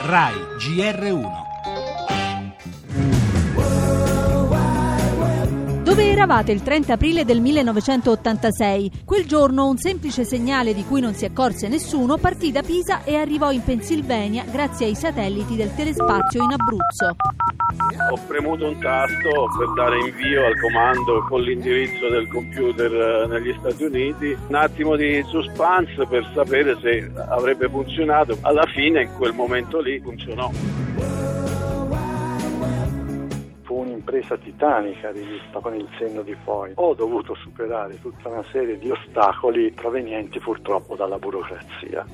RAI GR1. Dove eravate il 30 aprile del 1986? Quel giorno un semplice segnale di cui non si accorse nessuno partì da Pisa e arrivò in Pennsylvania grazie ai satelliti del telespazio in Abruzzo. Ho premuto un tasto per dare invio al comando con l'indirizzo del computer negli Stati Uniti. Un attimo di suspense per sapere se avrebbe funzionato. Alla fine, in quel momento lì, funzionò. Fu un'impresa titanica rivista con il senno di poi. Ho dovuto superare tutta una serie di ostacoli provenienti purtroppo dalla burocrazia.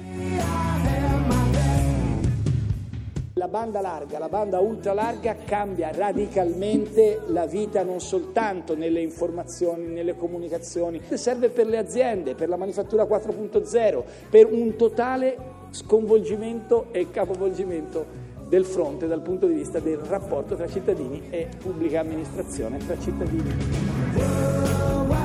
La banda larga, la banda ultralarga cambia radicalmente la vita non soltanto nelle informazioni, nelle comunicazioni, serve per le aziende, per la manifattura 4.0, per un totale sconvolgimento e capovolgimento del fronte dal punto di vista del rapporto tra cittadini e pubblica amministrazione, tra cittadini.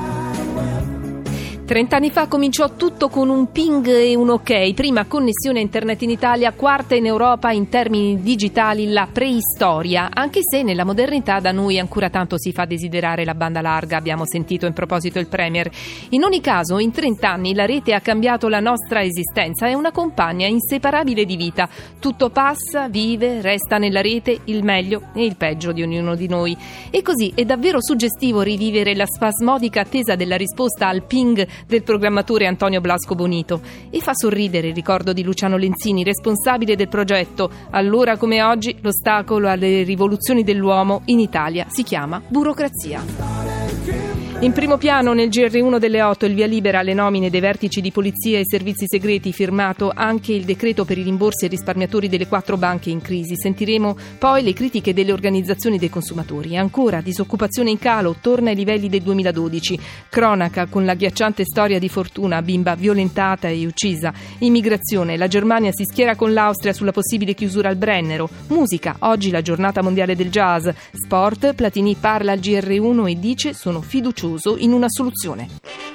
30 anni fa cominciò tutto con un ping e un ok, prima connessione a internet in Italia, quarta in Europa in termini digitali, la preistoria, anche se nella modernità da noi ancora tanto si fa desiderare la banda larga, abbiamo sentito in proposito il Premier. In ogni caso, in 30 anni la rete ha cambiato la nostra esistenza, è una compagna inseparabile di vita, tutto passa, vive, resta nella rete il meglio e il peggio di ognuno di noi. E così è davvero suggestivo rivivere la spasmodica attesa della risposta al ping del programmatore Antonio Blasco Bonito, e fa sorridere il ricordo di Luciano Lenzini, responsabile del progetto. Allora come oggi l'ostacolo alle rivoluzioni dell'uomo in Italia si chiama burocrazia. In primo piano nel GR1 delle 8 il via libera alle nomine dei vertici di polizia e servizi segreti, firmato anche il decreto per i rimborsi ai risparmiatori delle 4 banche in crisi. Sentiremo poi le critiche delle organizzazioni dei consumatori. Ancora disoccupazione in calo, torna ai livelli del 2012. Cronaca con la ghiacciante storia di Fortuna, bimba violentata e uccisa. Immigrazione, la Germania si schiera con l'Austria sulla possibile chiusura al Brennero. Musica, oggi la giornata mondiale del jazz. Sport, Platini parla al GR1 e dice sono fiducioso in una soluzione.